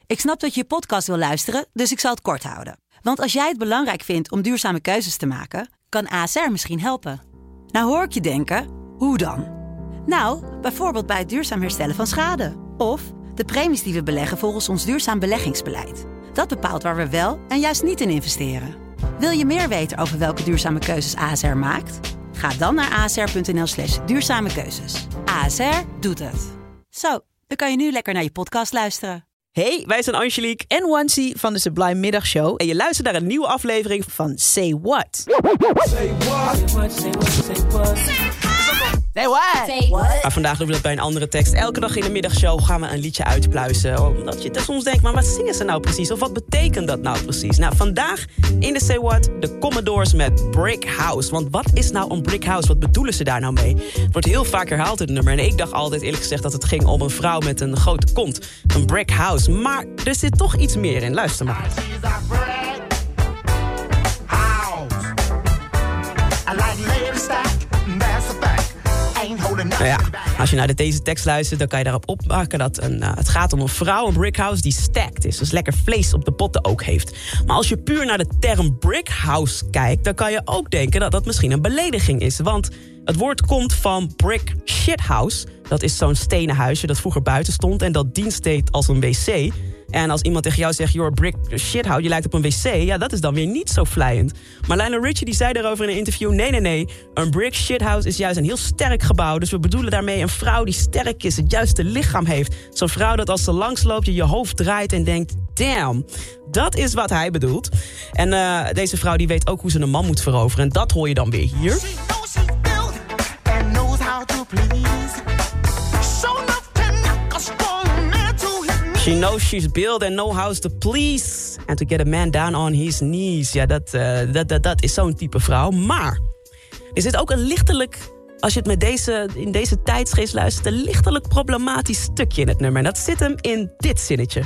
Ik snap dat je podcast wil luisteren, dus ik zal het kort houden. Want als jij het belangrijk vindt om duurzame keuzes te maken, kan ASR misschien helpen. Nou hoor ik je denken, hoe dan? Nou, bijvoorbeeld bij het duurzaam herstellen van schade. Of de premies die we beleggen volgens ons duurzaam beleggingsbeleid. Dat bepaalt waar we wel en juist niet in investeren. Wil je meer weten over welke duurzame keuzes ASR maakt? Ga dan naar asr.nl/duurzame keuzes. ASR doet het. Zo, dan kan je nu lekker naar je podcast luisteren. Hey, wij zijn Angelique en Wancy van de Sublime Middagshow. En je luistert naar een nieuwe aflevering van Say What. Say what? Say what? Say what? Maar vandaag doen we dat bij een andere tekst. Elke dag in de middagshow gaan we een liedje uitpluizen. Omdat je soms denkt, maar wat zingen ze nou precies? Of wat betekent dat nou precies? Nou, vandaag in de Say What, de Commodores met Brick House. Want wat is nou een brick house? Wat bedoelen ze daar nou mee? Het wordt heel vaak herhaald in het nummer. En ik dacht altijd eerlijk gezegd dat het ging om een vrouw met een grote kont. Een brick house. Maar er zit toch iets meer in. Luister maar. Nou ja, als je naar deze tekst luistert, dan kan je daarop opmaken dat het gaat om een vrouw, een brickhouse die stacked is. Dus lekker vlees op de potten ook heeft. Maar als je puur naar de term brickhouse kijkt, dan kan je ook denken dat dat misschien een belediging is. Want het woord komt van brick shithouse. Dat is zo'n stenen huisje dat vroeger buiten stond en dat dienst deed als een wc. En als iemand tegen jou zegt, you're a brick shithouse, je lijkt op een wc, ja, dat is dan weer niet zo vleiend. Maar Lionel Richie die zei daarover in een interview, nee, een brick shithouse is juist een heel sterk gebouw. Dus we bedoelen daarmee een vrouw die sterk is, het juiste lichaam heeft. Zo'n vrouw dat als ze langsloopt je hoofd draait en denkt, damn. Dat is wat hij bedoelt. En deze vrouw die weet ook hoe ze een man moet veroveren. En dat hoor je dan weer hier. She knows she's built and knows how to please. And to get a man down on his knees. Ja, dat is zo'n type vrouw. Maar er zit ook een lichtelijk, als je het in deze tijdsgeest luistert, een lichtelijk problematisch stukje in het nummer. En dat zit hem in dit zinnetje.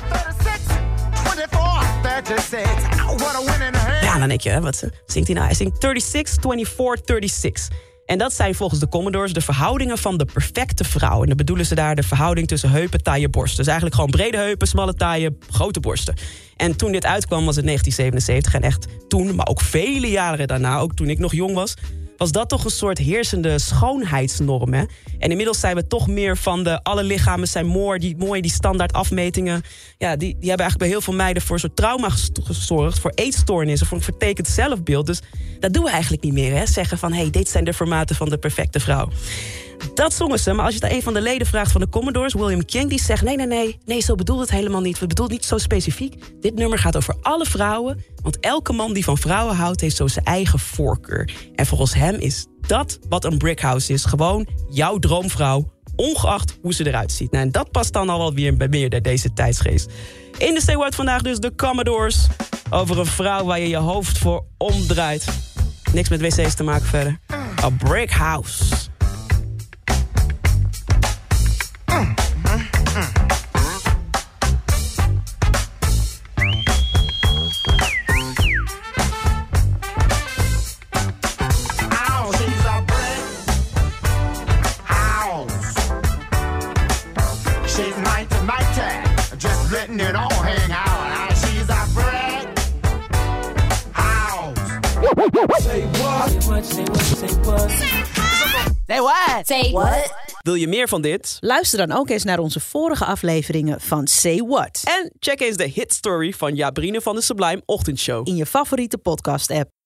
Ja, dan denk je, wat zingt hij nou? Hij zingt 36, 24, 36. En dat zijn volgens de Commodores de verhoudingen van de perfecte vrouw. En dan bedoelen ze daar de verhouding tussen heupen, taille, borst. Dus eigenlijk gewoon brede heupen, smalle taille, grote borsten. En toen dit uitkwam was het 1977. En echt toen, maar ook vele jaren daarna, ook toen ik nog jong was dat toch een soort heersende schoonheidsnorm. Hè? En inmiddels zijn we toch meer van de alle lichamen zijn mooi, die standaard afmetingen. Ja, die hebben eigenlijk bij heel veel meiden voor zo'n trauma gezorgd, voor eetstoornissen, voor een vertekend zelfbeeld. Dus dat doen we eigenlijk niet meer, hè? Zeggen van, hey, dit zijn de formaten van de perfecte vrouw. Dat zongen ze, maar als je het aan een van de leden vraagt van de Commodores, William King, die zegt, nee, zo bedoelt het helemaal niet. We bedoelen het niet zo specifiek. Dit nummer gaat over alle vrouwen, want elke man die van vrouwen houdt, heeft zo zijn eigen voorkeur. En volgens hem is dat wat een brickhouse is. Gewoon jouw droomvrouw, ongeacht hoe ze eruit ziet. Nou, en dat past dan al wel weer bij meer deze tijdsgeest. In de Say What vandaag dus de Commodores. Over een vrouw waar je je hoofd voor omdraait. Niks met wc's te maken verder. A brickhouse. It all hang out. She's a brick house. Say what? Say what? Say what? Wil je meer van dit? Luister dan ook eens naar onze vorige afleveringen van Say What. En check eens de hitstory van Jabrine van de Sublime Ochtendshow in je favoriete podcast-app.